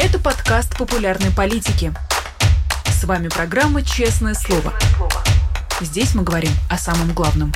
Это подкаст популярной политики. С вами программа «Честное слово». Здесь мы говорим о самом главном.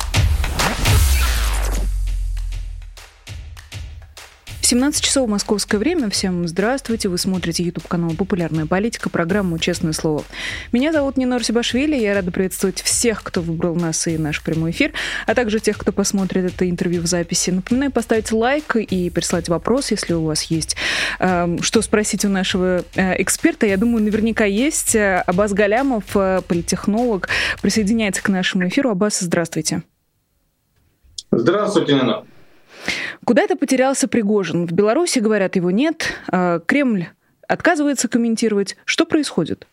17 часов московское время. Всем здравствуйте. Вы смотрите YouTube-канал «Популярная политика», программу «Честное слово». Меня зовут Нина Арсибашвили. Я рада приветствовать всех, кто выбрал нас и наш прямой эфир, а также тех, кто посмотрит это интервью в записи. Напоминаю, поставить лайк и прислать вопрос, если у вас есть что спросить у нашего эксперта. Я думаю, наверняка есть. Аббас Галямов, политтехнолог, присоединяется к нашему эфиру. Аббас, здравствуйте. Здравствуйте, Нина. Куда-то потерялся Пригожин. В Беларуси, говорят, его нет. Кремль отказывается комментировать. Что происходит?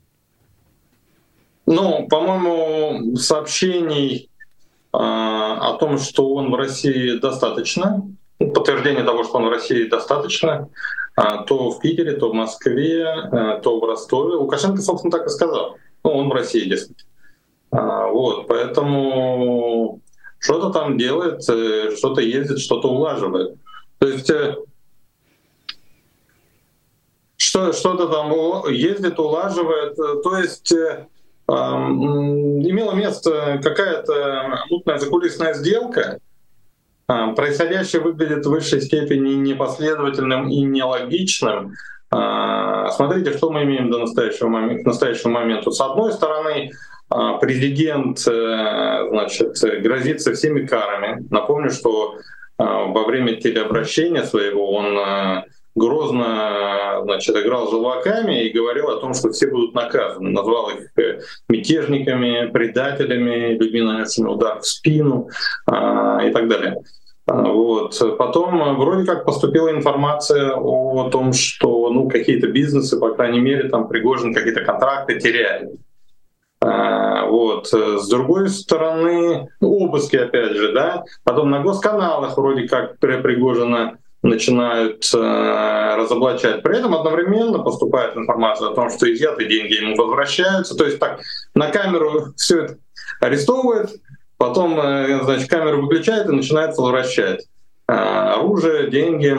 По-моему, сообщений о том, что он в России, достаточно. Подтверждение того, что он в России, достаточно. То в Питере, то в Москве, то в Ростове. Лукашенко, собственно, так и сказал. Он в России, дескать. Поэтому что-то там делает, что-то ездит, что-то улаживает. То есть что-то там ездит, улаживает. То есть имела место какая-то мутная закулисная сделка. Происходящее выглядит в высшей степени непоследовательным и нелогичным. Смотрите, что мы имеем к настоящему моменту. С одной стороны, президент, грозится всеми карами. Напомню, что во время телеобращения своего он грозно, играл желваками и говорил о том, что все будут наказаны. Назвал их мятежниками, предателями, людьми, нанесшими удар в спину и так далее. Потом вроде как поступила информация о том, что какие-то бизнесы, по крайней мере, там Пригожин какие-то контракты теряет. С другой стороны, обыски, опять же, да. Потом на госканалах вроде как Пригожина начинают разоблачать. При этом одновременно поступает информация о том, что изъятые деньги ему возвращаются. То есть так на камеру все это арестовывают, потом, камеру выключают и начинает возвращать оружие, деньги.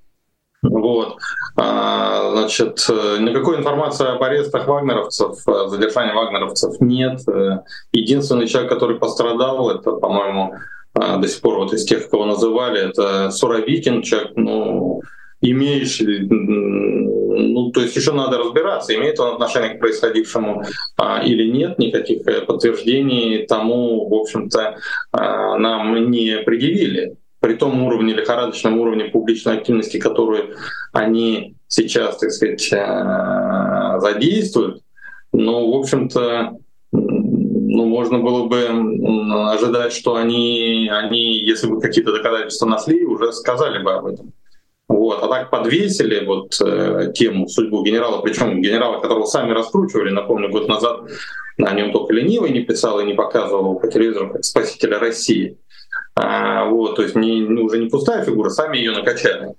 Никакой информации об арестах вагнеровцев, задержании вагнеровцев нет. Единственный человек, который пострадал, это, по-моему, до сих пор из тех, кого называли, это Суровикин, человек, имеющий, то есть еще надо разбираться, имеет он отношение к происходившему или нет, никаких подтверждений тому, в общем-то, нам не предъявили. При том уровне, лихорадочном уровне публичной активности, которую они сейчас, задействуют, в общем-то, можно было бы ожидать, что они, если бы какие-то доказательства нашли, уже сказали бы об этом. А так подвесили тему, судьбу генерала, причем генерала, которого сами раскручивали, напомню, год назад о нем только ленивый не писал и не показывал по телевизору как спасителя России. То есть уже не пустая фигура, сами ее накачали.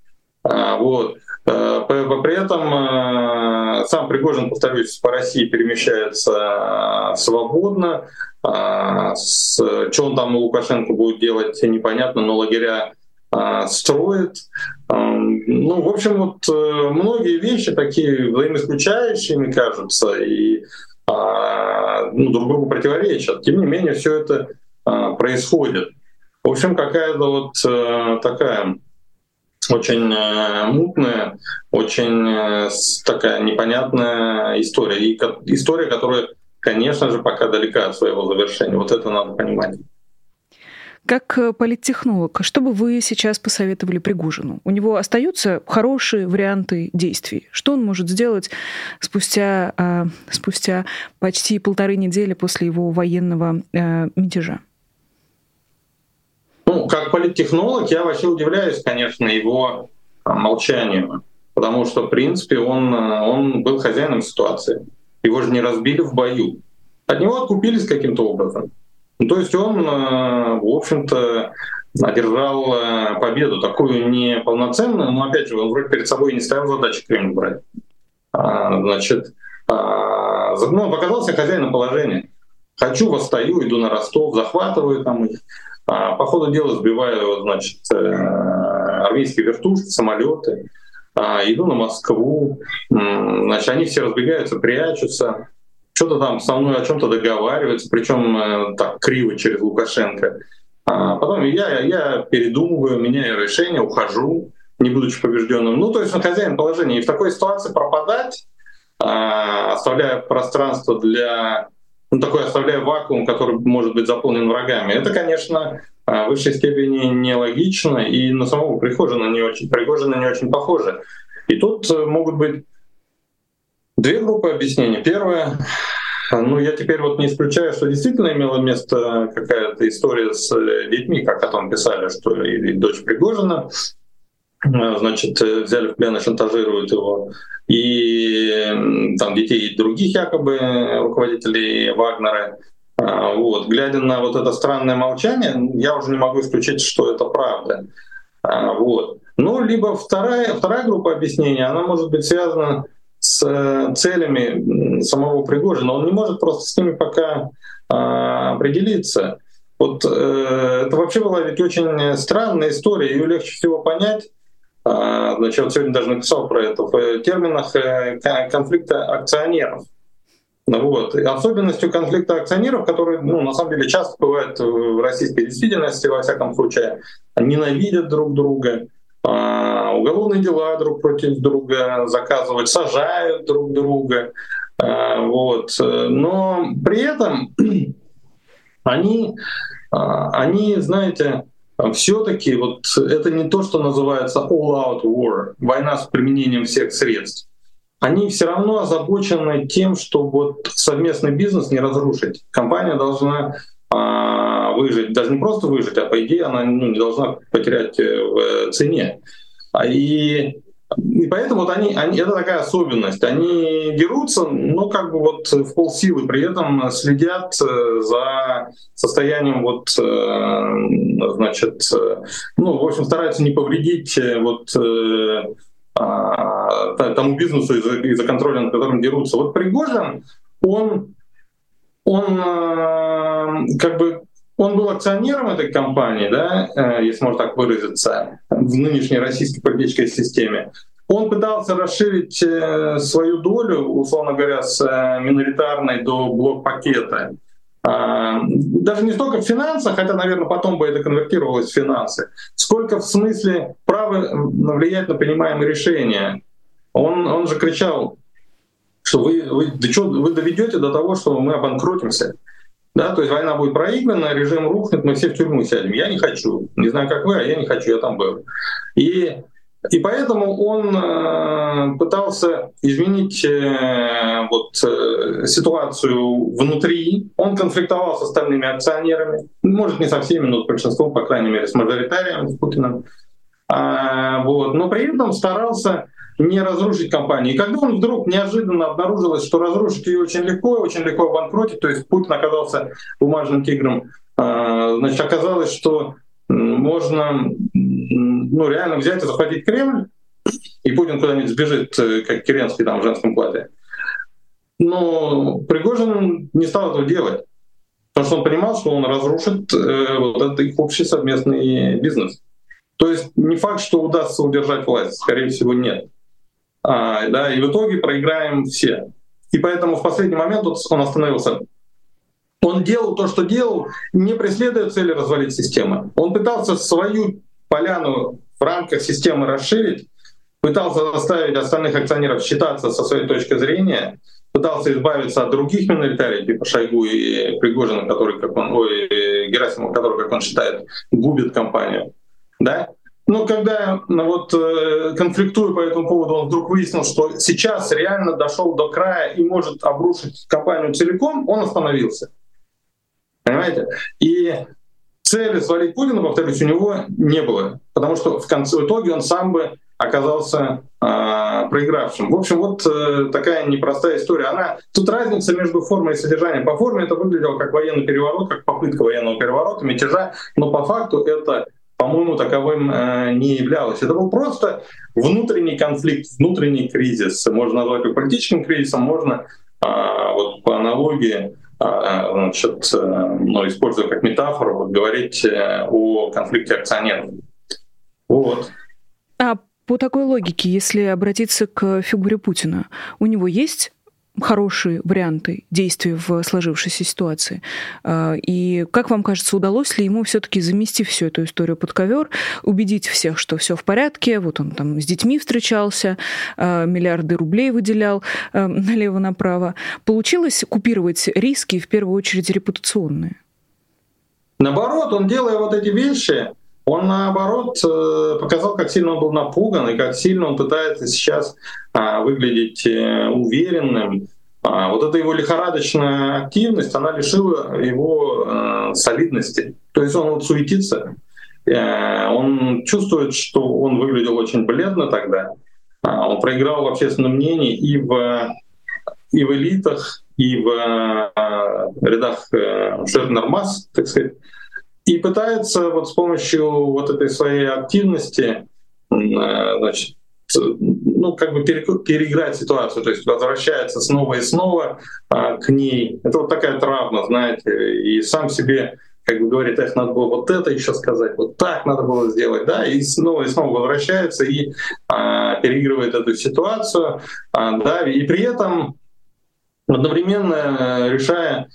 При этом сам Пригожин, повторюсь, по России перемещается свободно. Что он там у Лукашенко будет делать, непонятно, но лагеря строит. В общем, многие вещи такие взаимоисключающие, мне кажется, и друг другу противоречат. Тем не менее, все это происходит. В общем, какая-то такая очень мутная, очень такая непонятная история. И история, которая, конечно же, пока далека от своего завершения. Это надо понимать. Как политтехнолог, что бы вы сейчас посоветовали Пригожину? У него остаются хорошие варианты действий. Что он может сделать спустя почти 1,5 недели после его военного мятежа? Как политтехнолог я вообще удивляюсь, конечно, его молчанию, потому что, в принципе, он был хозяином ситуации. Его же не разбили в бою. От него откупились каким-то образом. То есть он, в общем-то, одержал победу, такую неполноценную, но, опять же, он вроде перед собой не ставил задачи Кремль брать. Показал себя хозяином положения. Хочу, восстаю, иду на Ростов, захватываю там их. По ходу дела сбиваю, армейские вертушки, самолеты. иду на Москву, значит, они все разбегаются, прячутся, что-то там со мной о чем-то договариваются, причем так криво через Лукашенко. Потом я передумываю, меняю решение, ухожу, не будучи побежденным. Ну, то есть он хозяин положения. И в такой ситуации пропадать, оставляя пространство для... оставляя вакуум, который может быть заполнен врагами, это, конечно, в высшей степени нелогично, и на самого Пригожина не очень похоже. И тут могут быть две группы объяснений. Первое, я теперь не исключаю, что действительно имела место какая-то история с детьми, как о том писали, что и дочь Пригожина, значит, взяли в плен и шантажируют его, и там детей других якобы руководителей Вагнера. Глядя на это странное молчание, я уже не могу исключить, что это правда. Либо вторая группа объяснений, она может быть связана с целями самого Пригожина. Он не может просто с ними пока определиться. Это вообще была ведь очень странная история, ее легче всего понять. Значит, сегодня даже написал про это в терминах конфликта акционеров. И особенностью конфликта акционеров, которые, на самом деле, часто бывают в российской действительности, во всяком случае, ненавидят друг друга, уголовные дела друг против друга заказывают, сажают друг друга. Но при этом они, знаете, все-таки это не то, что называется all-out war, война с применением всех средств. Они все равно озабочены тем, что совместный бизнес не разрушить. Компания должна выжить, даже не просто выжить, а по идее она не должна потерять в цене. И поэтому это такая особенность. Они дерутся, в полсилы, при этом следят за состоянием, в общем, стараются не повредить тому бизнесу, из-за контроля, над которым дерутся. Пригожин, он был акционером этой компании, да, если можно так выразиться, в нынешней российской политической системе. Он пытался расширить свою долю, условно говоря, с миноритарной до блок-пакета. Даже не столько в финансах, хотя, наверное, потом бы это конвертировалось в финансы, сколько в смысле права влиять на принимаемые решения. Он же кричал, что вы доведете до того, что мы обанкротимся. Да, то есть война будет проиграна, режим рухнет, мы все в тюрьму сядем. Я не хочу. Не знаю, как вы, а я не хочу, я там был. И поэтому он пытался изменить ситуацию внутри. Он конфликтовал с остальными акционерами. Может, не со всеми, но с большинством, по крайней мере, с мажоритарием, с Путиным. Но при этом старался не разрушить компанию. И когда он вдруг неожиданно обнаружилось, что разрушить ее очень легко обанкротить, то есть Путин оказался бумажным тигром, значит, оказалось, что можно реально взять и захватить Кремль, и Путин куда-нибудь сбежит, как Керенский там в женском платье. Но Пригожин не стал этого делать, потому что он понимал, что он разрушит этот их общий совместный бизнес. То есть не факт, что удастся удержать власть, скорее всего, нет. И в итоге проиграем все. И поэтому в последний момент он остановился. Он делал то, что делал, не преследуя цели развалить систему. Он пытался свою поляну в рамках системы расширить, пытался заставить остальных акционеров считаться со своей точки зрения, пытался избавиться от других миноритариев, типа Шойгу и Пригожина, Герасимова, который, как он считает, губит компанию. Да? Но когда конфликтуя по этому поводу, он вдруг выяснил, что сейчас реально дошел до края и может обрушить компанию целиком, он остановился. Понимаете? И цели свалить Путина, повторюсь, у него не было, потому что в итоге он сам бы оказался проигравшим. В общем, такая непростая история. Тут разница между формой и содержанием. По форме это выглядело как военный переворот, как попытка военного переворота, мятежа, но по факту это, по-моему, таковым не являлось. Это был просто внутренний конфликт, внутренний кризис. Можно назвать его политическим кризисом, можно по аналогии, используя как метафору, говорить о конфликте акционеров. По такой логике, если обратиться к фигуре Путина, у него есть хорошие варианты действий в сложившейся ситуации? И как вам кажется, удалось ли ему все-таки замести всю эту историю под ковер, убедить всех, что все в порядке, вот он там с детьми встречался, миллиарды рублей выделял налево-направо? Получилось купировать риски, в первую очередь репутационные? Наоборот, он, делая вот эти вещи, он, наоборот, показал, как сильно он был напуган и как сильно он пытается сейчас выглядеть уверенным. Вот эта его лихорадочная активность, она лишила его солидности. То есть он вот суетится, он чувствует, что он выглядел очень бледно тогда. Он проиграл в общественном мнении и в элитах, и в рядах жирных масс, так сказать. И пытается вот с помощью вот этой своей активности, значит, ну, как бы переиграть ситуацию, то есть возвращается снова и снова к ней. Это вот такая травма, знаете, и сам себе как бы говорит, надо было вот это еще сказать, вот так надо было сделать, да, и снова возвращается и переигрывает эту ситуацию, да, и при этом одновременно решая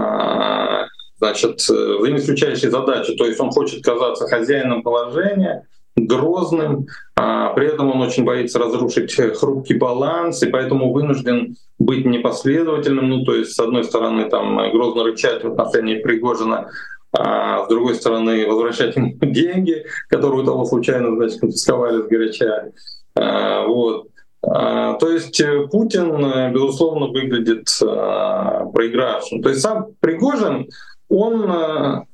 значит, взаимоисключающие задачи. То есть он хочет казаться хозяином положения, грозным, при этом он очень боится разрушить хрупкий баланс, и поэтому вынужден быть непоследовательным. Ну, то есть, с одной стороны, там, грозно рычать в отношении Пригожина, а с другой стороны, возвращать ему деньги, которые у того случайно, значит, конфисковали сгоряча. Вот. То есть Путин, безусловно, выглядит проигравшим. То есть сам Пригожин, он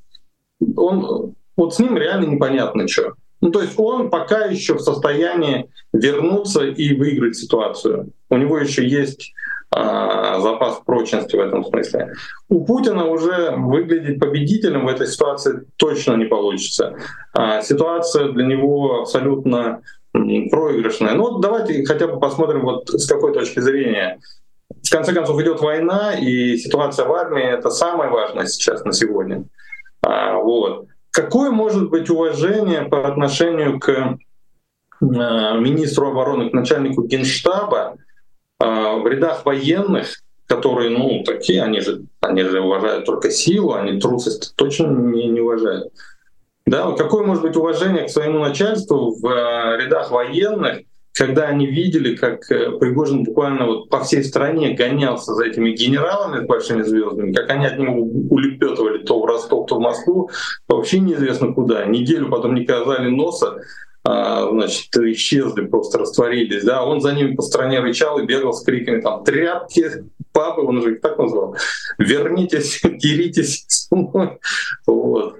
вот с ним реально непонятно что. Ну, то есть он пока еще в состоянии вернуться и выиграть ситуацию. У него еще есть запас прочности в этом смысле. У Путина уже выглядеть победителем в этой ситуации точно не получится. Ситуация для него абсолютно проигрышная. Ну вот давайте хотя бы посмотрим вот с какой точки зрения. В конце концов идет война, и ситуация в армии — это самое важное сейчас на сегодня. Вот. Какое может быть уважение по отношению к министру обороны, к начальнику Генштаба в рядах военных, которые, ну, такие, они же уважают только силу, они трусость точно не уважают. Да, какое может быть уважение к своему начальству в рядах военных, когда они видели, как Пригожин буквально вот по всей стране гонялся за этими генералами с большими звездами, как они от него улепетывали то в Ростов, то в Москву, вообще неизвестно куда. Неделю потом не казали носа, значит, исчезли, просто растворились. Да? Он за ними по стране рычал и бегал с криками там «Тряпки, папы», он же их так назвал, «Вернитесь, деритесь со мной». Вот.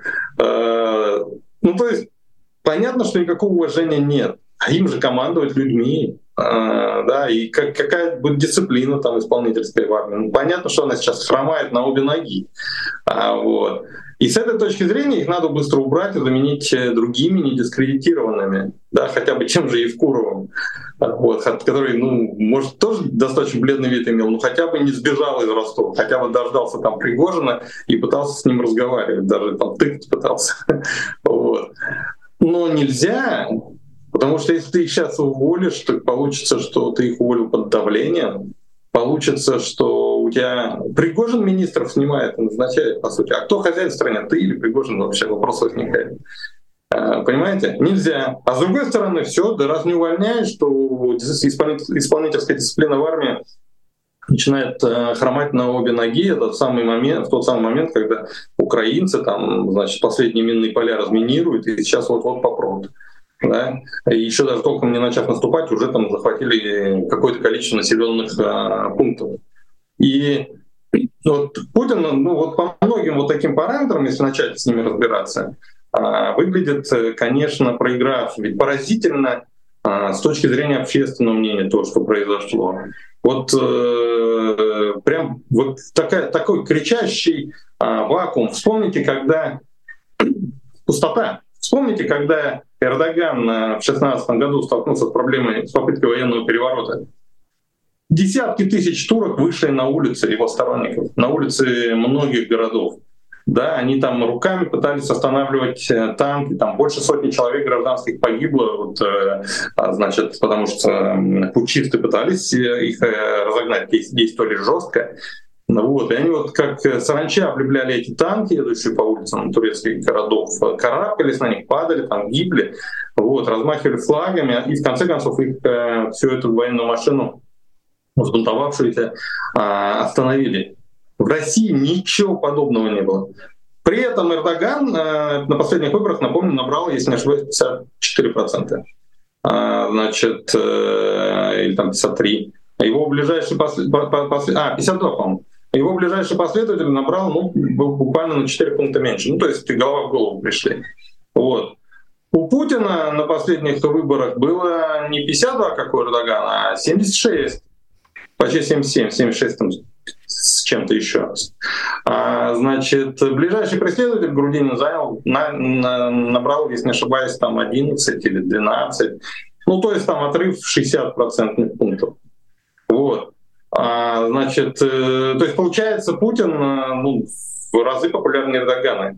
Ну, то есть понятно, что никакого уважения нет. А им же командовать людьми, да, и какая будет дисциплина там исполнительская в армии. Ну, понятно, что она сейчас хромает на обе ноги. Вот. И с этой точки зрения их надо быстро убрать и заменить другими недискредитированными, да, хотя бы тем же Евкуровым, вот, который, ну, может, тоже достаточно бледный вид имел, но хотя бы не сбежал из Ростова, хотя бы дождался там Пригожина и пытался с ним разговаривать, даже там тыкать пытался. Вот. Но нельзя. Потому что если ты их сейчас уволишь, то получится, что ты их уволил под давлением. Получится, что у тебя Пригожин министров снимает и назначает, по сути. А кто хозяин в стране, ты или Пригожин, вообще вопрос возникает. Понимаете? Нельзя. А с другой стороны, все, да раз не увольняешь, то исполнительская дисциплина в армии начинает хромать на обе ноги. Это в тот самый момент, когда украинцы там, значит, последние минные поля разминируют, и сейчас вот-вот попрут. Да? И еще даже толком не начав наступать, уже там захватили какое-то количество населенных пунктов. И вот Путин, ну вот по многим вот таким параметрам, если начать с ними разбираться, выглядит, конечно, проигравшим. Ведь поразительно с точки зрения общественного мнения то, что произошло. Вот прям вот такой кричащий вакуум. Вспомните, когда пустота. Вспомните, когда Эрдоган в 2016 году столкнулся с проблемой, с попыткой военного переворота. Десятки тысяч турок вышли на улицы его сторонников, на улицы многих городов. Да, они там руками пытались останавливать танки, там больше сотни человек гражданских погибло, вот, значит, потому что путчисты пытались их разогнать, действовали жестко. Вот, и они вот как саранча облепляли эти танки, идущие по улицам турецких городов, карабкались на них, падали, там гибли, вот, размахивали флагами, и в конце концов их всю эту военную машину, взбунтовавшуюся, остановили. В России ничего подобного не было. При этом Эрдоган на последних выборах, напомню, набрал, если не ошибаюсь, 54%. Значит, или там 53%. Его ближайший 52, по-моему. Его ближайший последователь набрал, ну, буквально на 4 пункта меньше. Ну, то есть голова в голову пришли. Вот. У Путина на последних выборах было не 52, как у Эрдогана, а 76. Почти 77, 76 там, с чем-то еще. Значит, ближайший преследователь Грудинин занял, набрал, если не ошибаюсь, там 11 или 12. Ну, то есть там отрыв 60% пунктов. Вот. Значит, то есть получается, Путин в разы популярнее Эрдогана.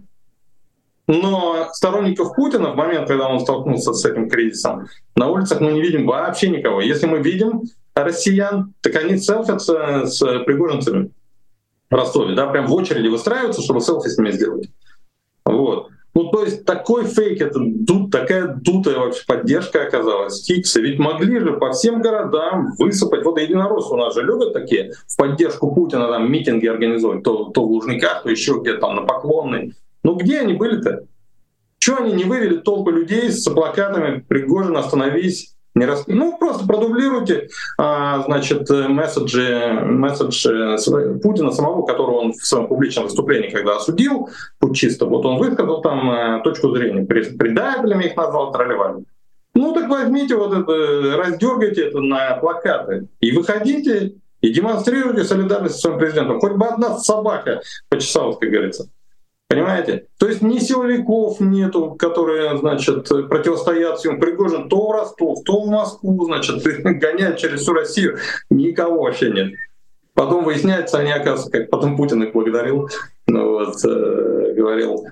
Но сторонников Путина в момент, когда он столкнулся с этим кризисом, на улицах мы не видим вообще никого. Если мы видим россиян, так они селфятся с пригожинцами в Ростове, да, прям в очереди выстраиваются, чтобы селфи с ними сделать. Вот. Ну, то есть такой фейк, это такая дутая вообще поддержка оказалась. Хиксы ведь могли же по всем городам высыпать. Вот единороссы у нас же любят такие в поддержку Путина там митинги организовать, то в Лужниках, то еще где-то там на Поклонной. Ну где они были-то? Чего они не вывели толпы людей с плакатами «Пригожин, остановись»? Ну, просто продублируйте, значит, месседж Путина самого, которого он в своем публичном выступлении, когда осудил путчистов, вот он высказал там точку зрения, предателями их назвал, тролливали. Ну так возьмите вот это, раздергайте это на плакаты и выходите и демонстрируйте солидарность со своим президентом. Хоть бы одна собака почесалась, как говорится. Понимаете? То есть ни силовиков нету, которые, значит, противостоят всем. Пригожин то в Ростов, то в Москву, значит, гоняют через всю Россию. Никого вообще нет. Потом выясняется, они, оказывается, как потом Путин их благодарил, говорил,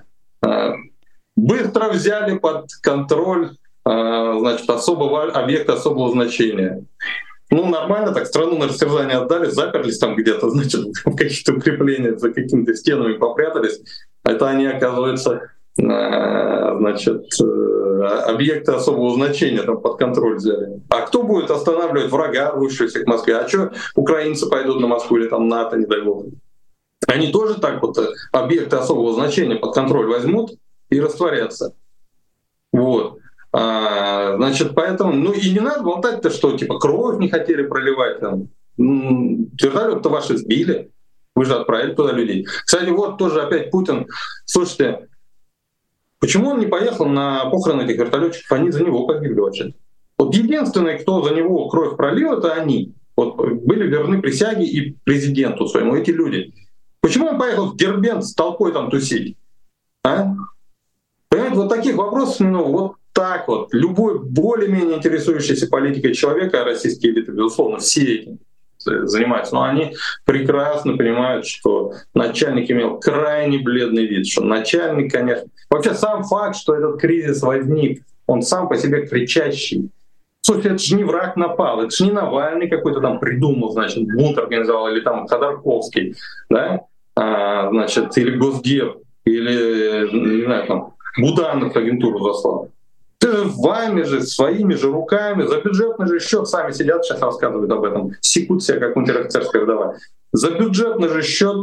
быстро взяли под контроль, значит, объект особого значения. Ну, нормально так, страну на растерзание отдали, заперлись там где-то, значит, в каких-то укреплениях, за какими-то стенами попрятались. Это они, оказывается, значит, объекты особого значения там под контроль взяли. А кто будет останавливать врага, рвущегося к Москве? А что украинцы пойдут на Москву или там НАТО, не дай бог? Они тоже так вот объекты особого значения под контроль возьмут и растворятся. Вот. Значит, поэтому, ну и не надо болтать-то, что типа кровь не хотели проливать там. Вертолет-то ваши сбили, вы же отправили туда людей. Кстати, вот тоже опять Путин, слушайте, почему он не поехал на похороны этих вертолетчиков, они за него погибли вообще. Вот единственные, кто за него кровь пролил, это они. Вот были верны присяге и президенту своему, эти люди. Почему он поехал в Дербент с толпой там тусить? А? Понимаете, вот таких вопросов, ну вот так вот, любой более-менее интересующийся политикой человека, а российские элиты, безусловно, все этим занимаются, но они прекрасно понимают, что начальник имел крайне бледный вид, что начальник, конечно... Вообще сам факт, что этот кризис возник, он сам по себе кричащий. Слушайте, это же не враг напал, это же не Навальный какой-то там придумал, значит, бунт организовал, или там Ходорковский, да, значит, или Госдеп, или, не знаю, там, Буданов агентуру заслал. Ты же вами же, своими же руками, за бюджетный же счет, сами сидят, сейчас рассказывают об этом, секут себя, как унтер-офицерская вдова. За бюджетный же счет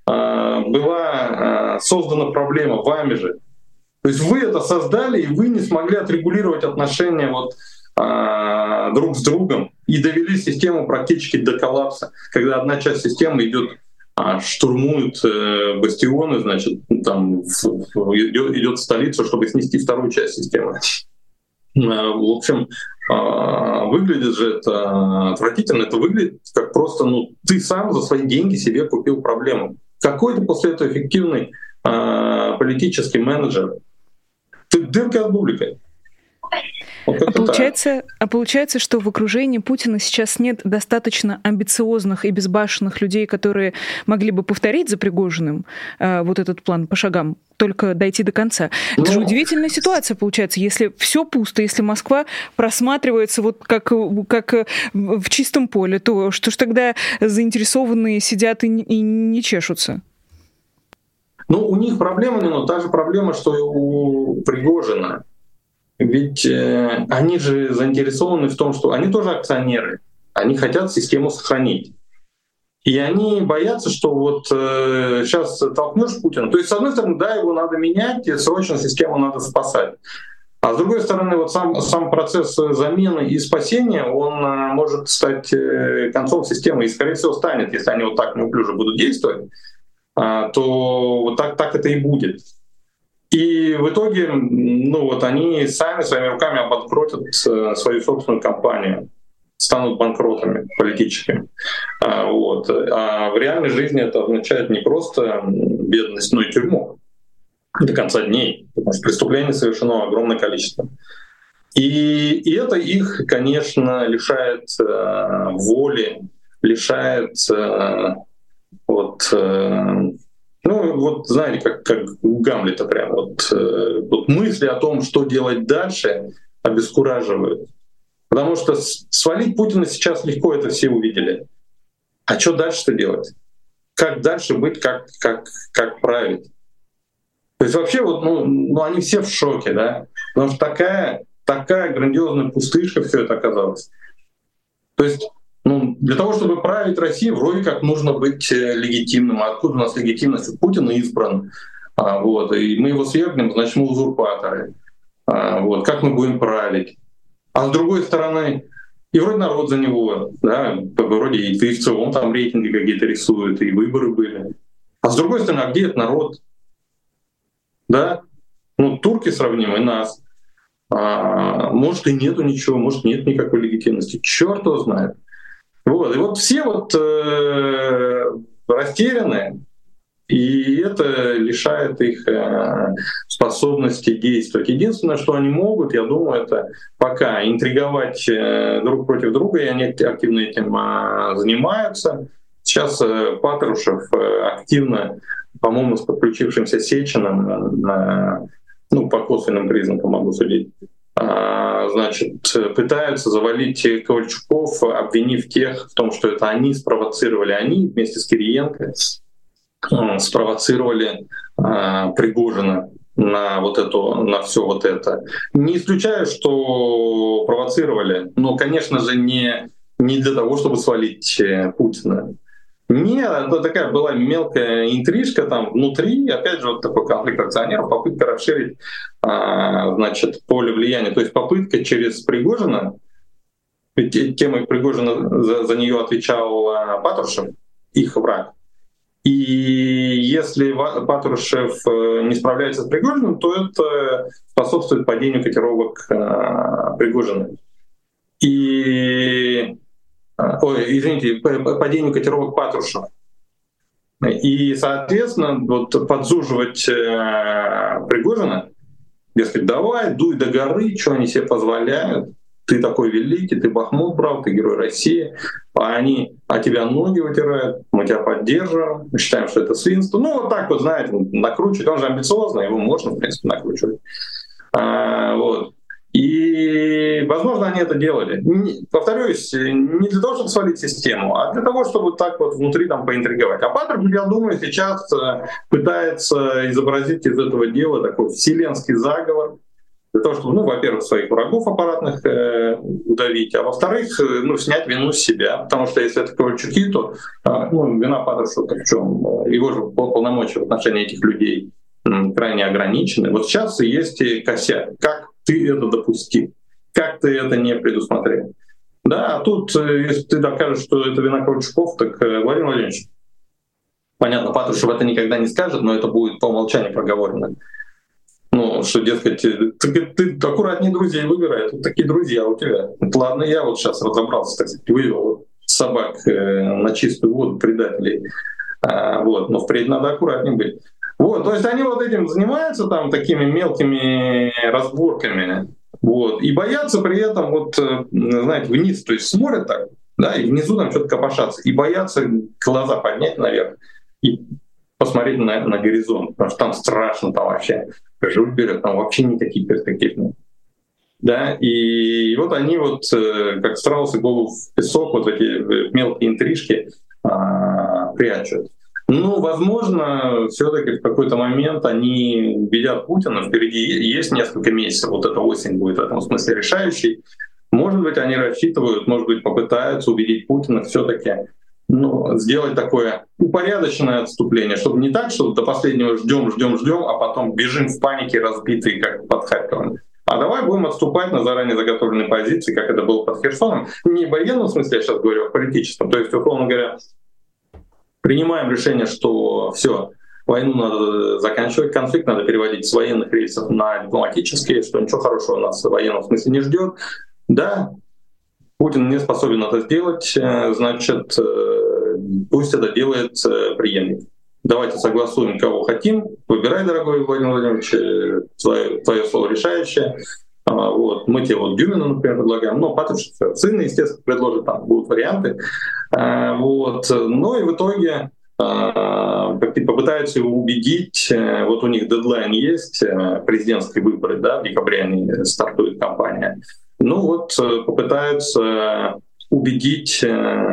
была создана проблема вами же. То есть вы это создали, и вы не смогли отрегулировать отношения вот, друг с другом и довели систему практически до коллапса, когда одна часть системы идет штурмуют бастионы, значит, там идет в столицу, чтобы снести вторую часть системы. В общем, выглядит же это отвратительно. Это выглядит как просто, ну, ты сам за свои деньги себе купил проблему. Какой ты после этого эффективный политический менеджер? Ты дырка от бублика. Вот получается, что в окружении Путина сейчас нет достаточно амбициозных и безбашенных людей, которые могли бы повторить за Пригожиным вот этот план по шагам, только дойти до конца. Это же удивительная ситуация получается, если все пусто, если Москва просматривается вот как в чистом поле, то что ж тогда заинтересованные сидят и не чешутся? Ну, у них проблема, но та же проблема, что и у Пригожина. Ведь они же заинтересованы в том, что они тоже акционеры, они хотят систему сохранить. И они боятся, что вот сейчас толкнешь Путина. То есть, с одной стороны, да, его надо менять, и срочно систему надо спасать. А с другой стороны, вот сам процесс замены и спасения, он может стать концом системы, и, скорее всего, станет, если они вот так неуклюже будут действовать, то вот так это и будет. И в итоге, ну вот они сами своими руками обанкротят свою собственную компанию, станут банкротами политическими. Вот. А в реальной жизни это означает не просто бедность, но и тюрьму до конца дней, потому что преступлений совершено огромное количество. И это их, конечно, лишает воли, лишает ну, вот знаете, как у Гамлета прям вот мысли о том, что делать дальше, обескураживают. Потому что свалить Путина сейчас легко, это все увидели. А что дальше-то делать? Как дальше быть, как править? То есть вообще вот, ну они все в шоке, да? Потому что такая грандиозная пустышка все это оказалось. То есть для того, чтобы править Россией, вроде как нужно быть легитимным. А откуда у нас легитимность? Путин избран. И мы его свергнем, значит, мы узурпаторы. Как мы будем править? А с другой стороны, и вроде народ за него, да, вроде и в целом там рейтинги какие-то рисуют, и выборы были. А с другой стороны, а где этот народ? Да? Турки сравнимы, нас. Может, и нету ничего, может, нет никакой легитимности. Черт его знает. И вот все растеряны, и это лишает их способности действовать. Единственное, что они могут, я думаю, это пока интриговать друг против друга, и они активно этим занимаются. Сейчас Патрушев активно, по-моему, с подключившимся Сечиным, по косвенным признакам могу судить, пытаются завалить Ковальчуков, обвинив тех в том, что это они спровоцировали, они вместе с Кириенко спровоцировали Пригожина на все вот это. Не исключаю, что провоцировали, но, конечно же, не для того, чтобы свалить Путина. Нет, это такая была мелкая интрижка там внутри, опять же, вот такой конфликт акционеров, попытка расширить, поле влияния, то есть попытка через Пригожина, темой Пригожина за нее отвечал Патрушев, их враг. И если Патрушев не справляется с Пригожиным, то это способствует падению котировок Пригожина. Падению котировок Патрушева. И, соответственно, подзуживать Пригожина, дескать, давай, дуй до горы, что они себе позволяют, ты такой великий, ты Бахмут брал, ты герой России, а они тебя ноги вытирают, мы тебя поддерживаем, мы считаем, что это свинство. Знаете, накручивать, он же амбициозный, его можно, в принципе, накручивать. И, возможно, они это делали. Повторюсь, не для того, чтобы свалить систему, а для того, чтобы так внутри поинтриговать. А Патрушев, я думаю, сейчас пытается изобразить из этого дела такой вселенский заговор, для того, чтобы, во-первых, своих врагов аппаратных удавить, а во-вторых, снять вину с себя. Потому что если это Ковальчуки, то вина Патрушева в чем? Его же полномочия в отношении этих людей крайне ограничены. Вот сейчас есть косяк. Как ты это допустил? Как ты это не предусмотрел? Да, а тут, если ты докажешь, что это вина Ковальчуков, так, Владимир Владимирович, понятно, Патрушев это никогда не скажет, но это будет по умолчанию проговорено. Что, дескать, ты аккуратнее друзей выбирай, тут такие друзья у тебя. Ладно, я сейчас разобрался, так сказать, вывел собак на чистую воду, предателей. Но впредь надо аккуратнее быть. То есть они этим занимаются, такими мелкими разборками. Вот. И боятся при этом, вот, знаете, вниз, то есть смотрят так, да, и внизу там что-то копошатся, и боятся глаза поднять наверх и посмотреть на горизонт, потому что там страшно, там вообще жуть берет, там вообще никаких перспектив нет. Да, и вот они вот, как страусы, голову в песок, вот эти мелкие интрижки прячут. Ну, возможно, все-таки в какой-то момент они убедят Путина. Впереди есть несколько месяцев, вот эта осень будет в этом смысле решающей. Может быть, они рассчитывают, может быть, попытаются убедить Путина все-таки сделать такое упорядоченное отступление, чтобы не так, что до последнего ждем, а потом бежим в панике, разбитые, как под Харьковом. А давай будем отступать на заранее заготовленной позиции, как это было под Херсоном. Не в военном смысле, я сейчас говорю, а в политическом. То есть, условно говоря, принимаем решение, что все, войну надо заканчивать, конфликт надо переводить с военных рейсов на дипломатические, что ничего хорошего нас в военном смысле не ждет. Да, Путин не способен это сделать, значит, пусть это делает преемник. Давайте согласуем, кого хотим. Выбирай, дорогой Владимир Владимирович, твое слово решающее. Вот. Мы тебе вот Дюмина, например, предлагаем. Но Патрушев сын, естественно, предложит, там будут варианты. Вот. Но и в итоге попытаются его убедить. Вот у них дедлайн есть, президентские выборы, да, в декабре они стартует кампания. Ну вот попытаются убедить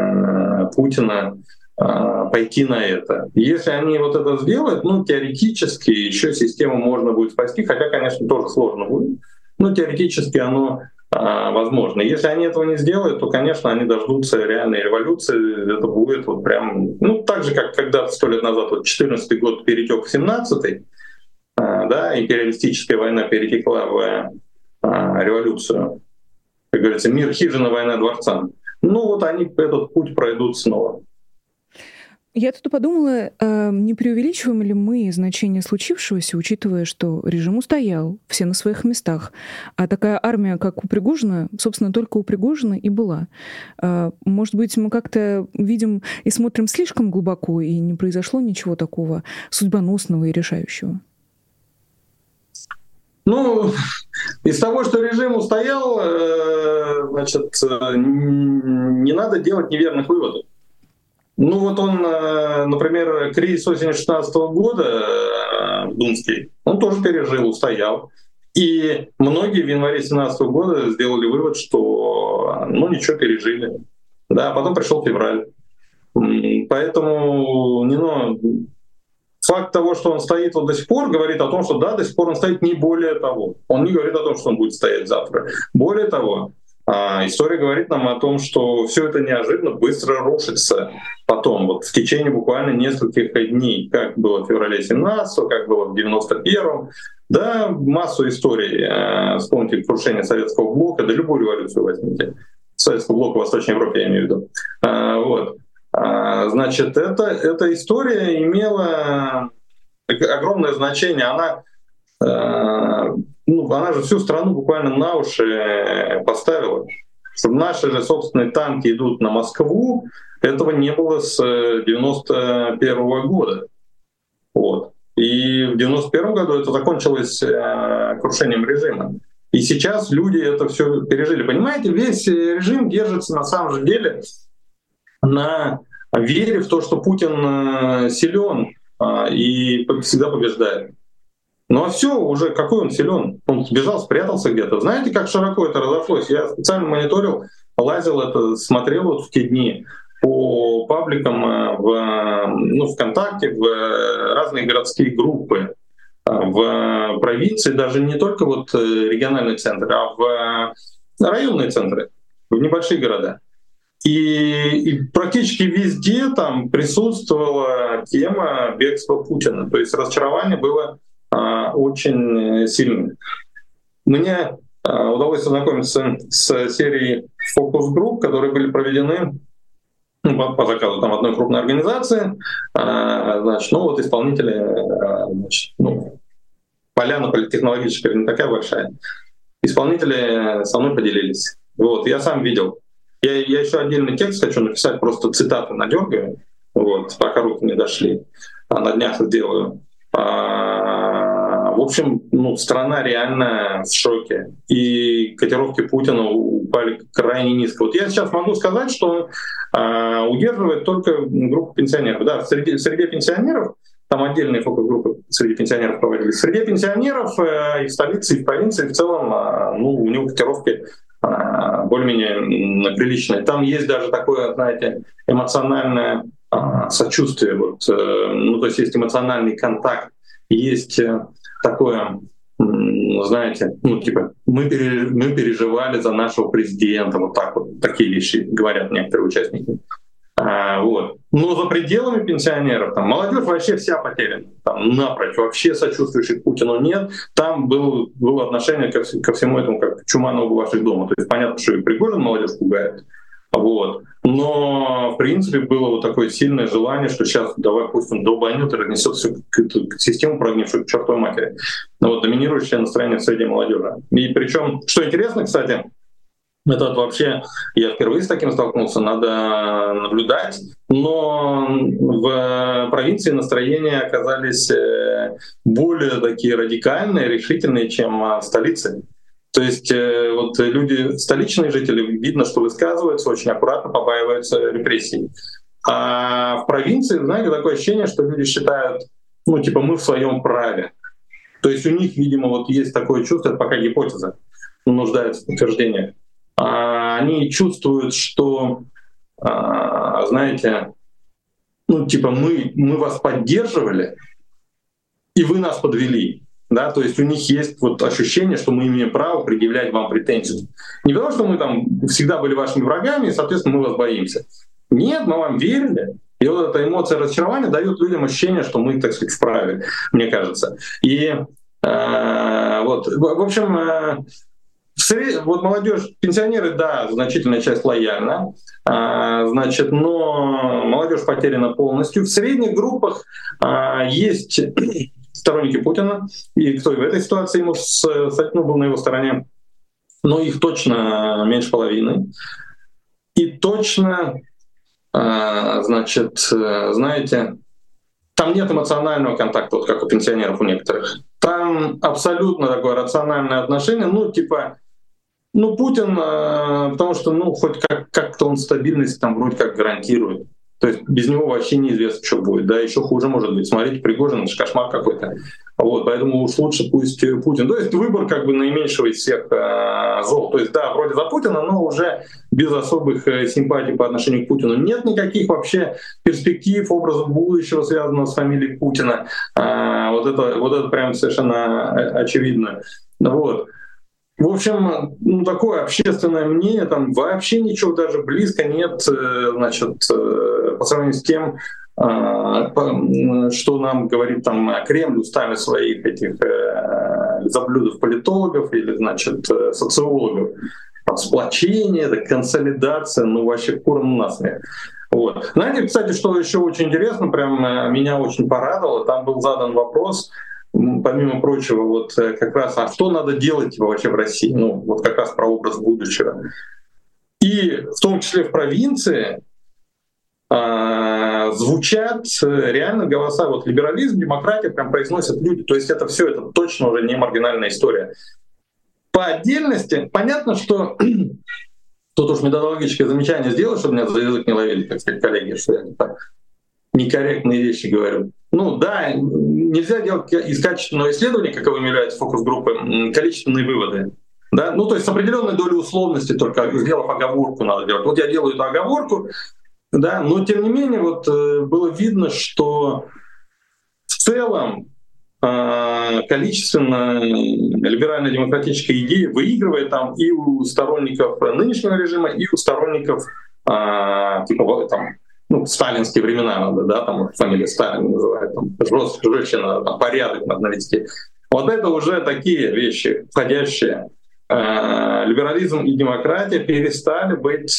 Путина пойти на это. Если они вот это сделают, теоретически еще систему можно будет спасти, хотя, конечно, тоже сложно будет, но теоретически оно возможно. Если они этого не сделают, то, конечно, они дождутся реальной революции. Это будет вот прям, так же, как когда-то 100 лет назад, вот 14-й год перетек в 17-й, да, империалистическая война перетекла в революцию. Как говорится, мир хижина, война дворца. Вот они этот путь пройдут снова. Я тут подумала, не преувеличиваем ли мы значение случившегося, учитывая, что режим устоял, все на своих местах, а такая армия, как у Пригожина, собственно, только у Пригожина и была. Может быть, мы как-то видим и смотрим слишком глубоко, и не произошло ничего такого судьбоносного и решающего? Из того, что режим устоял, значит, не надо делать неверных выводов. Вот он, например, кризис осени 2016 года, Думский, он тоже пережил, устоял. И многие в январе 2017 года сделали вывод, что ничего, пережили. Да, потом пришел февраль. Поэтому факт того, что он стоит вот до сих пор, говорит о том, что да, до сих пор он стоит, не более того. Он не говорит о том, что он будет стоять завтра. Более того, история говорит нам о том, что все это неожиданно быстро рушится потом, вот в течение буквально нескольких дней, как было в феврале 17-го, как было в 91-м. Да, массу историй. Вспомните крушение Советского блока, да любую революцию возьмите. Советского блока в Восточной Европе, я имею в виду. Вот. Значит, эта история имела огромное значение. Она же всю страну буквально на уши поставила. Чтобы наши же собственные танки идут на Москву, этого не было с 91 года. Вот. И в 91 году это закончилось крушением режима. И сейчас люди это все пережили. Понимаете, весь режим держится на самом же деле на вере в то, что Путин силен и всегда побеждает. Ну а все, уже какой он силен? Он сбежал, спрятался где-то. Знаете, как широко это разошлось? Я специально мониторил, лазил это, смотрел вот в те дни по пабликам ВКонтакте, в разные городские группы, в провинции, даже не только вот региональные центры, а в районные центры, в небольшие города. И практически везде там присутствовала тема бегства Путина. То есть разочарование было очень сильным. Мне удалось ознакомиться с серией фокус-групп, которые были проведены по заказу там одной крупной организации. Значит, исполнители, поляна политтехнологическая не такая большая. Исполнители со мной поделились. Вот, я сам видел. Я еще отдельный текст хочу написать, просто цитаты надергаю, вот, пока руки не дошли. На днях сделаю. В общем, страна реально в шоке. И котировки Путина упали крайне низко. Вот я сейчас могу сказать, что он удерживает только группу пенсионеров. Да, среди пенсионеров, там отдельные фокус-группы среди пенсионеров проводились. Среди пенсионеров и в столице, и в провинции в целом, у него котировки более-менее приличные. Там есть даже такое, знаете, эмоциональное сочувствие. То есть есть эмоциональный контакт. Есть такое, знаете, мы переживали за нашего президента, такие вещи говорят некоторые участники. Но за пределами пенсионеров, там молодежь вообще вся потеряна, там напрочь, вообще сочувствующих Путину нет. Там было отношение ко всему этому как чума на углу ваших дома. То есть понятно, что и Пригожин молодежь пугает. Но, в принципе, было такое сильное желание, что сейчас давай пусть он долбанет и разнесет всю систему, прогнившую к чертовой матери. Доминирующее настроение в среде молодежи. И причем, что интересно, кстати, это вообще, я впервые с таким столкнулся, надо наблюдать, но в провинции настроения оказались более такие радикальные, решительные, чем в столице. То есть люди, столичные жители, видно, что высказываются очень аккуратно, побаиваются репрессий. А в провинции, знаете, такое ощущение, что люди считают, мы в своем праве. То есть у них, видимо, есть такое чувство, это пока гипотеза, нуждается в подтверждениях. Они чувствуют, что, знаете, мы вас поддерживали, и вы нас подвели. Да, то есть у них есть ощущение, что мы имеем право предъявлять вам претензию. Не потому, что мы всегда были вашими врагами, и, соответственно, мы вас боимся. Нет, мы вам верили. И эта эмоция разочарования дает людям ощущение, что мы, так сказать, вправе, мне кажется. И в общем, молодежь, пенсионеры, да, значительная часть лояльна, но молодежь потеряна полностью. В средних группах есть сторонники Путина, и кто и в этой ситуации был на его стороне, но их точно меньше половины. И точно, знаете, там нет эмоционального контакта, как у пенсионеров у некоторых. Там абсолютно такое рациональное отношение, Путин, потому что, хоть как-то он стабильность там вроде как гарантирует. То есть без него вообще неизвестно, что будет. Да, еще хуже может быть. Смотрите, Пригожин, это же кошмар какой-то. Поэтому уж лучше пусть Путин. То есть выбор наименьшего из всех зол. То есть да, вроде за Путина, но уже без особых симпатий по отношению к Путину. Нет никаких вообще перспектив, образов будущего, связанного с фамилией Путина. Это прям совершенно очевидно. В общем, такое общественное мнение, там вообще ничего даже близко нет, по сравнению с тем, что нам говорит Кремль устами своих этих заблюдов политологов или, социологов. Сплочение, консолидация, вообще куром насмех. Знаете, кстати, что еще очень интересно, прям меня очень порадовало, там был задан вопрос, помимо прочего, как раз, что надо делать вообще в России? Как раз про образ будущего. И в том числе в провинции звучат реально голоса. Либерализм, демократия прям произносят люди. То есть это все, это точно уже не маргинальная история. По отдельности, понятно, что тут уж методологическое замечание сделал, чтобы меня за язык не ловили, так сказать, коллеги, что я некорректные вещи говорю. Да, нельзя делать из качественного исследования, каковым являются фокус-группы, количественные выводы. Да? То есть с определенной долей условности, только сделав оговорку, надо делать. Я делаю эту оговорку, да, но тем не менее было видно, что в целом количественно либерально-демократическая идея выигрывает и у сторонников нынешнего режима, и у сторонников в сталинские времена надо, да, фамилия Сталин называют, жестче надо, порядок надо навести. Это уже такие вещи, входящие. Либерализм и демократия перестали быть,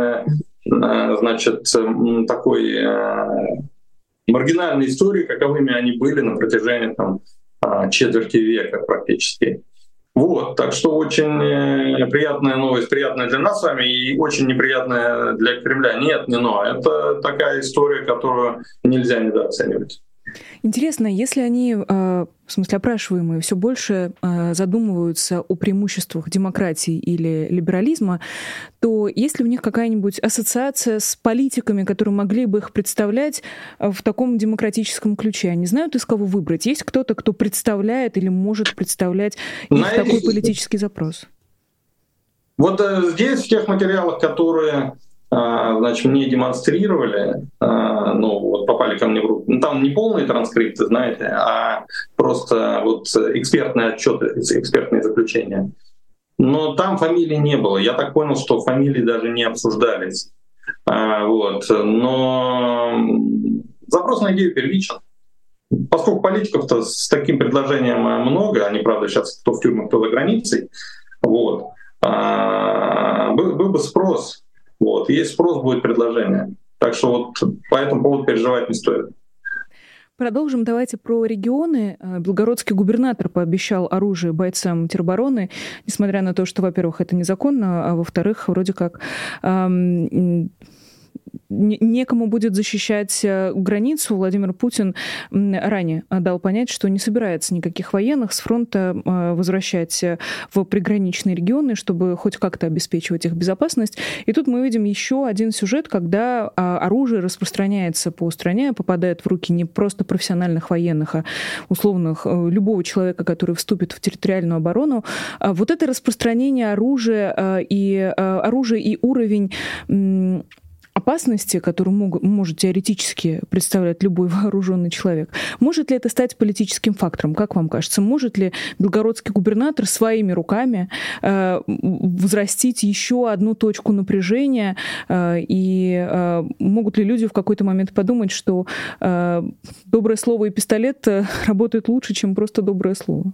такой маргинальной историей, каковыми они были на протяжении четверти века практически. Так что очень приятная новость, приятная для нас с вами и очень неприятная для Кремля. Нет, не но. Это такая история, которую нельзя недооценивать. Интересно, если они, в смысле опрашиваемые, все больше задумываются о преимуществах демократии или либерализма, то есть ли у них какая-нибудь ассоциация с политиками, которые могли бы их представлять в таком демократическом ключе? Они знают, из кого выбрать? Есть кто-то, кто представляет или может представлять их такой политический запрос? Вот здесь, в тех материалах, которые мне демонстрировали, попали ко мне в руки. Там не полные транскрипты, знаете, а просто экспертные отчеты, экспертные заключения. Но там фамилий не было. Я так понял, что фамилии даже не обсуждались. Но запрос на идею первичен. Поскольку политиков-то с таким предложением много, они, правда, сейчас кто в тюрьмах, кто за границей, был бы спрос. Есть спрос, будет предложение. Так что по этому поводу переживать не стоит. Продолжим. Давайте про регионы. Белгородский губернатор пообещал оружие бойцам теробороны, несмотря на то, что, во-первых, это незаконно, а во-вторых, вроде как некому будет защищать границу. Владимир Путин ранее дал понять, что не собирается никаких военных с фронта возвращать в приграничные регионы, чтобы хоть как-то обеспечивать их безопасность. И тут мы видим еще один сюжет, когда оружие распространяется по стране, попадает в руки не просто профессиональных военных, а условных любого человека, который вступит в территориальную оборону. Вот это распространение оружия и уровень опасности, которую может теоретически представлять любой вооруженный человек, может ли это стать политическим фактором? Как вам кажется, может ли белгородский губернатор своими руками взрастить еще одну точку напряжения? И могут ли люди в какой-то момент подумать, что доброе слово и пистолет работают лучше, чем просто доброе слово?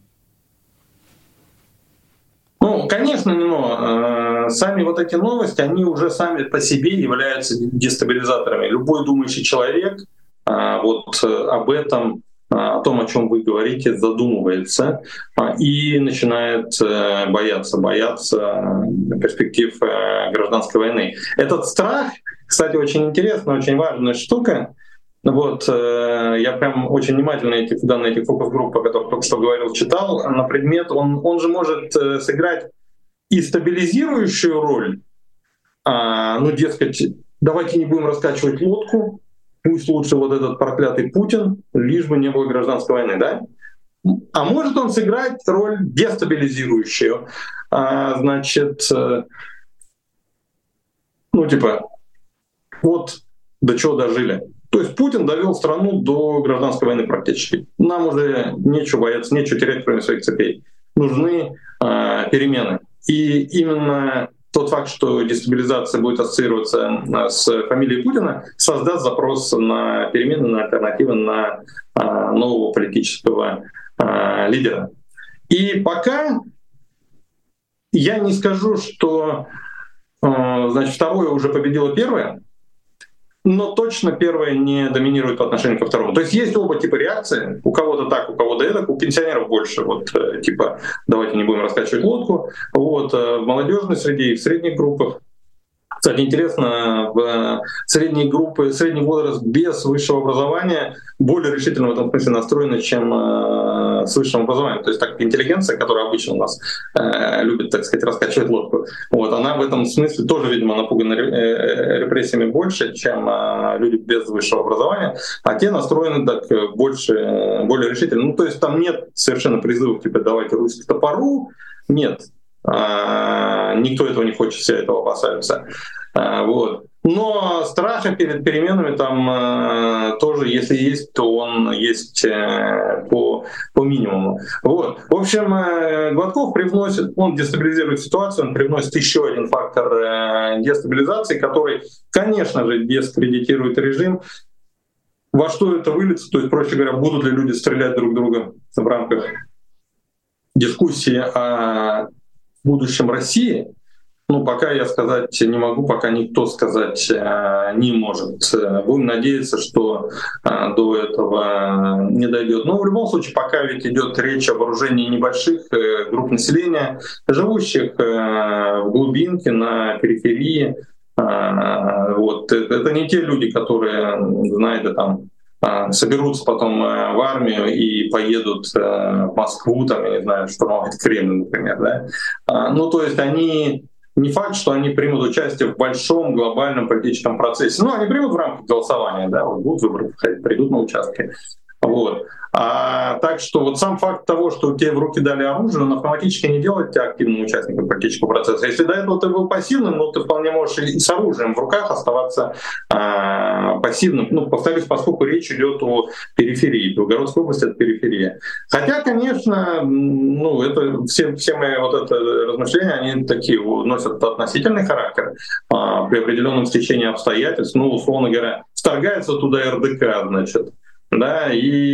Конечно, но сами эти новости, они уже сами по себе являются дестабилизаторами. Любой думающий человек об этом, о том, о чем вы говорите, задумывается и начинает бояться перспектив гражданской войны. Этот страх, кстати, очень интересная, очень важная штука. Я прям очень внимательно эти данные этих фокус-групп, о которых только что говорил, читал на предмет. Он же может сыграть и стабилизирующую роль. Дескать, давайте не будем раскачивать лодку, пусть лучше этот проклятый Путин, лишь бы не было гражданской войны, да? А может он сыграть роль дестабилизирующую. До чего дожили. То есть Путин довел страну до гражданской войны практически. Нам уже нечего бояться, нечего терять, кроме своих цепей. Нужны перемены. И именно тот факт, что дестабилизация будет ассоциироваться с фамилией Путина, создаст запрос на перемены, на альтернативы, на нового политического лидера. И пока я не скажу, что второе уже победило первое, но точно первое не доминирует по отношению ко второму. То есть есть оба типа реакции. У кого-то так, у кого-то это. У пенсионеров больше давайте не будем раскачивать лодку. В молодежной среде и в средних группах. Кстати, интересно, в средние группы, средний возраст без высшего образования более решительно в этом смысле настроены, чем с высшим образованием. То есть так интеллигенция, которая обычно у нас любит, так сказать, раскачивать лодку, она в этом смысле тоже, видимо, напугана репрессиями больше, чем люди без высшего образования, а те настроены так более решительно. То есть там нет совершенно призывов, давайте Русь к топору, нет. Никто этого не хочет, все этого опасаются. Но страха перед переменами там тоже, если есть, то он есть по минимуму. В общем, Гладков он дестабилизирует ситуацию, он привносит еще один фактор дестабилизации, который, конечно же, дискредитирует режим. Во что это выльется, то есть, проще говоря, будут ли люди стрелять друг друга в рамках дискуссии о будущем России, пока я сказать не могу, пока никто сказать не может. Будем надеяться, что до этого не дойдет. Но в любом случае, пока ведь идет речь о вооружении небольших групп населения, живущих в глубинке, на периферии. Это не те люди, которые, знаете, там соберутся потом в армию и поедут в Москву, там, я не знаю, штурмовать Кремль, например. Да? Ну, то есть они... Не факт, что они примут участие в большом глобальном политическом процессе. Ну, они примут в рамках голосования, да, вот будут выборы, придут на участки. Вот. Так что вот сам факт того, что тебе в руки дали оружие, он автоматически не делает тебя активным участником политического процесса. Если до этого ты был пассивным, ну, ты вполне можешь и с оружием в руках оставаться пассивным. Ну, повторюсь, поскольку речь идет о периферии. Белгородская область — это периферия. Хотя, конечно, ну, это все мои вот это размышления, они такие носят относительный характер при определенном стечении обстоятельств. Ну, условно говоря, вторгается туда РДК, значит, да,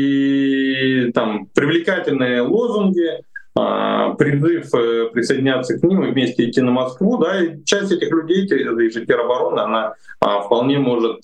и там привлекательные лозунги, призыв присоединяться к ним и вместе идти на Москву, да, и часть этих людей, и же тероборона, она вполне может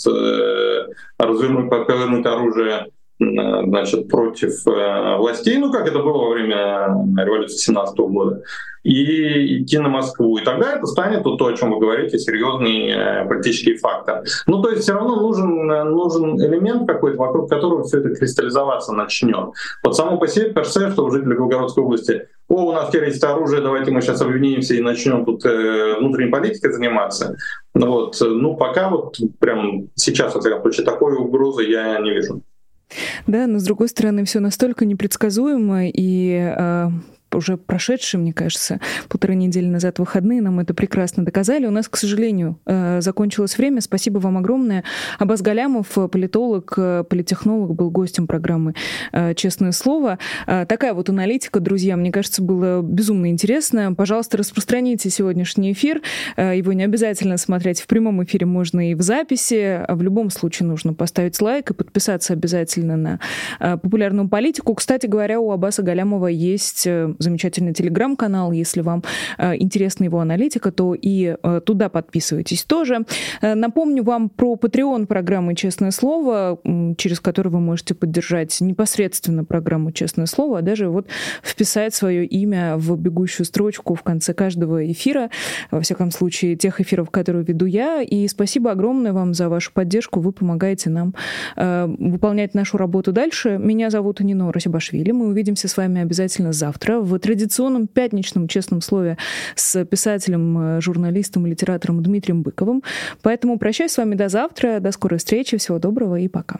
повернуть оружие, значит, против властей, ну, как это было во время революции 17 года, и идти на Москву. И тогда это станет вот то, о чем вы говорите, серьезный политический фактор. Ну, то есть все равно нужен элемент какой-то, вокруг которого все это кристаллизоваться начнет. Вот само по себе персе, что у жителей Белгородской области: у нас теперь есть оружие, давайте мы сейчас объединимся и начнем тут внутренней политикой заниматься. Вот. Ну, пока вот прям сейчас, во всяком случае, такой угрозы я не вижу. Да, но с другой стороны, все настолько непредсказуемо, и уже прошедшие, мне кажется, 1,5 недели назад выходные нам это прекрасно доказали. У нас, к сожалению, закончилось время. Спасибо вам огромное. Аббас Галямов, политолог, политтехнолог, был гостем программы «Честное слово». Такая вот аналитика, друзья, мне кажется, было безумно интересно. Пожалуйста, распространите сегодняшний эфир. Его не обязательно смотреть в прямом эфире, можно и в записи. В любом случае нужно поставить лайк и подписаться обязательно на «Популярную политику». Кстати говоря, у Аббаса Галямова есть замечательный телеграм-канал. Если вам интересна его аналитика, то и туда подписывайтесь тоже. Напомню вам про Patreon программы «Честное слово», через который вы можете поддержать непосредственно программу «Честное слово», а даже вот вписать свое имя в бегущую строчку в конце каждого эфира, во всяком случае, тех эфиров, которые веду я. И спасибо огромное вам за вашу поддержку. Вы помогаете нам выполнять нашу работу дальше. Меня зовут Нинор Росибашвили. Мы увидимся с вами обязательно завтра в традиционном пятничном «Честном слове» с писателем, журналистом и литератором Дмитрием Быковым. Поэтому прощаюсь с вами до завтра, до скорой встречи, всего доброго и пока.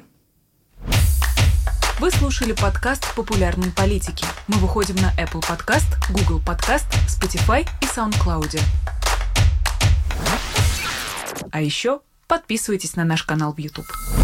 Вы слушали подкаст «Популярные политики». Мы выходим на Apple Podcast, Google Podcast, Spotify и SoundCloud. А еще подписывайтесь на наш канал в YouTube.